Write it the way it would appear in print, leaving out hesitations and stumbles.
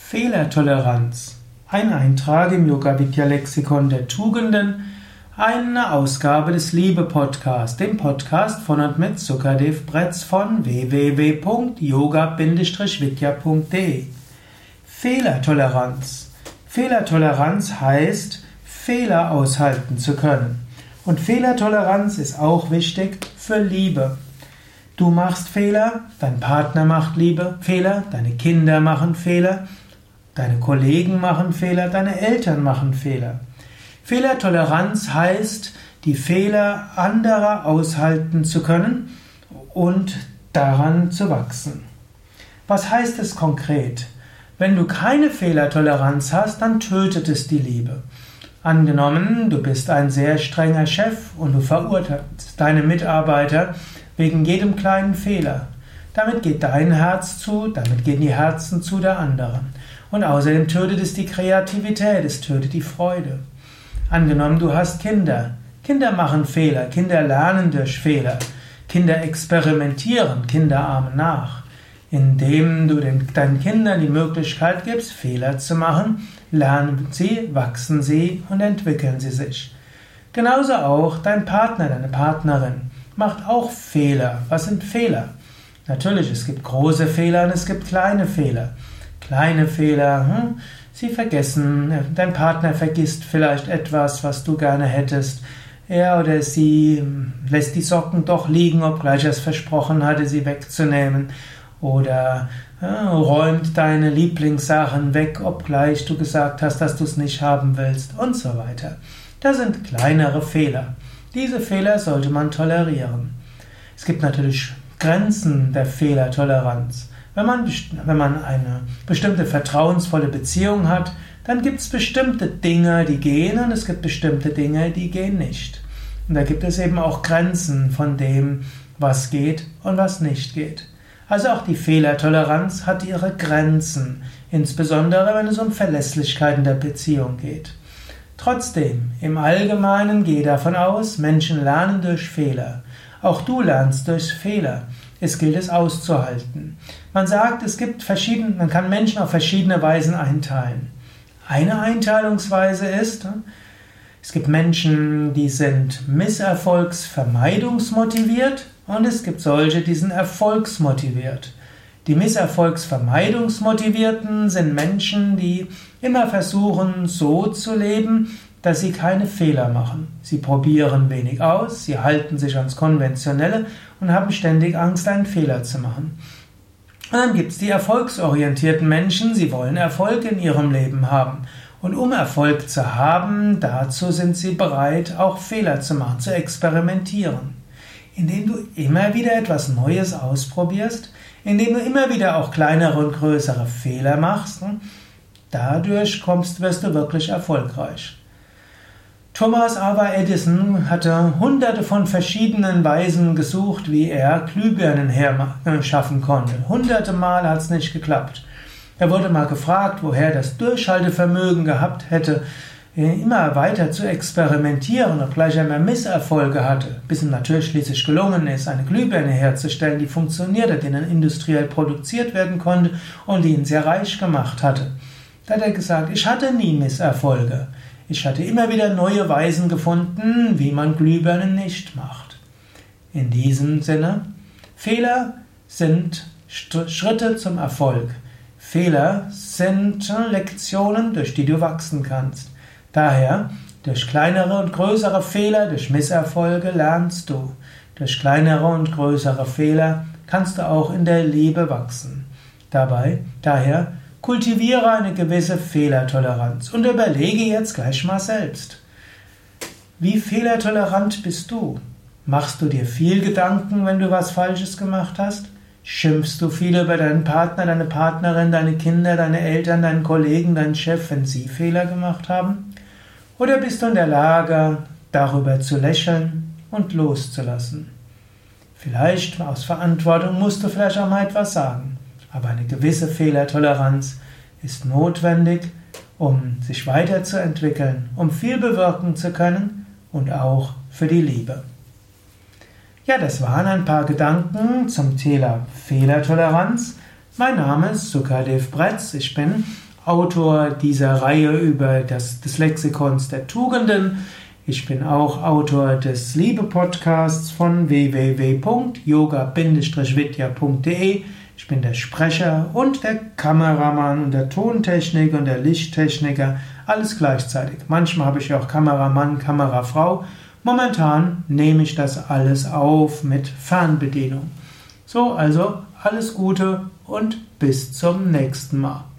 Fehlertoleranz. Ein Eintrag im Yoga-Vidya-Lexikon der Tugenden, eine Ausgabe des Liebe-Podcast, dem Podcast von und mit Sukadev Bretz von www.yoga-vidya.de. Fehlertoleranz. Fehlertoleranz heißt, Fehler aushalten zu können. Und Fehlertoleranz ist auch wichtig für Liebe. Du machst Fehler, dein Partner macht Fehler, deine Kinder machen Fehler, deine Kollegen machen Fehler, deine Eltern machen Fehler. Fehlertoleranz heißt, die Fehler anderer aushalten zu können und daran zu wachsen. Was heißt es konkret? Wenn du keine Fehlertoleranz hast, dann tötet es die Liebe. Angenommen, du bist ein sehr strenger Chef und du verurteilst deine Mitarbeiter wegen jedem kleinen Fehler. Damit geht dein Herz zu, damit gehen die Herzen zu der anderen. Und außerdem tötet es die Kreativität, es tötet die Freude. Angenommen, du hast Kinder. Kinder machen Fehler, Kinder lernen durch Fehler. Kinder experimentieren, Kinder ahmen nach. Indem du deinen Kindern die Möglichkeit gibst, Fehler zu machen, lernen sie, wachsen sie und entwickeln sie sich. Genauso auch dein Partner, deine Partnerin macht auch Fehler. Was sind Fehler? Natürlich, es gibt große Fehler und es gibt kleine Fehler. Kleine Fehler, sie vergessen, dein Partner vergisst vielleicht etwas, was du gerne hättest. Er oder sie lässt die Socken doch liegen, obgleich er es versprochen hatte, sie wegzunehmen. Oder räumt deine Lieblingssachen weg, obgleich du gesagt hast, dass du es nicht haben willst und so weiter. Das sind kleinere Fehler. Diese Fehler sollte man tolerieren. Es gibt natürlich Grenzen der Fehlertoleranz. Wenn man eine bestimmte vertrauensvolle Beziehung hat, dann gibt es bestimmte Dinge, die gehen und es gibt bestimmte Dinge, die gehen nicht. Und da gibt es eben auch Grenzen von dem, was geht und was nicht geht. Also auch die Fehlertoleranz hat ihre Grenzen, insbesondere wenn es um Verlässlichkeit in der Beziehung geht. Trotzdem, im Allgemeinen gehe davon aus, Menschen lernen durch Fehler. Auch du lernst durch Fehler. Es gilt es auszuhalten. Man sagt, man kann Menschen auf verschiedene Weisen einteilen. Eine Einteilungsweise ist, es gibt Menschen, die sind misserfolgsvermeidungsmotiviert und es gibt solche, die sind erfolgsmotiviert. Die misserfolgsvermeidungsmotivierten sind Menschen, die immer versuchen, so zu leben, dass sie keine Fehler machen. Sie probieren wenig aus, sie halten sich ans Konventionelle und haben ständig Angst, einen Fehler zu machen. Und dann gibt es die erfolgsorientierten Menschen, sie wollen Erfolg in ihrem Leben haben. Und um Erfolg zu haben, dazu sind sie bereit, auch Fehler zu machen, zu experimentieren. Indem du immer wieder etwas Neues ausprobierst, indem du immer wieder auch kleinere und größere Fehler machst, dadurch wirst du wirklich erfolgreich. Thomas Alva Edison hatte hunderte von verschiedenen Weisen gesucht, wie er Glühbirnen schaffen konnte. Hunderte Mal hat es nicht geklappt. Er wurde mal gefragt, woher er das Durchhaltevermögen gehabt hätte, immer weiter zu experimentieren, obgleich er mehr Misserfolge hatte, bis ihm natürlich schließlich gelungen ist, eine Glühbirne herzustellen, die funktionierte, die dann industriell produziert werden konnte und die ihn sehr reich gemacht hatte. Da hat er gesagt, ich hatte nie Misserfolge. Ich hatte immer wieder neue Weisen gefunden, wie man Glühbirnen nicht macht. In diesem Sinne, Fehler sind Schritte zum Erfolg. Fehler sind Lektionen, durch die du wachsen kannst. Daher, durch kleinere und größere Fehler, durch Misserfolge lernst du. Durch kleinere und größere Fehler kannst du auch in der Liebe wachsen. Daher, kultiviere eine gewisse Fehlertoleranz und überlege jetzt gleich mal selbst. Wie fehlertolerant bist du? Machst du dir viel Gedanken, wenn du was Falsches gemacht hast? Schimpfst du viel über deinen Partner, deine Partnerin, deine Kinder, deine Eltern, deinen Kollegen, deinen Chef, wenn sie Fehler gemacht haben? Oder bist du in der Lage, darüber zu lächeln und loszulassen? Vielleicht aus Verantwortung musst du vielleicht auch mal etwas sagen. Aber eine gewisse Fehlertoleranz ist notwendig, um sich weiterzuentwickeln, um viel bewirken zu können und auch für die Liebe. Ja, das waren ein paar Gedanken zum Thema Fehlertoleranz. Mein Name ist Sukadev Bretz. Ich bin Autor dieser Reihe über des Lexikons der Tugenden. Ich bin auch Autor des Liebe-Podcasts von www.yoga-vidya.de. Ich bin der Sprecher und der Kameramann und der Tontechniker und der Lichttechniker, alles gleichzeitig. Manchmal habe ich auch Kameramann, Kamerafrau. Momentan nehme ich das alles auf mit Fernbedienung. So, also alles Gute und bis zum nächsten Mal.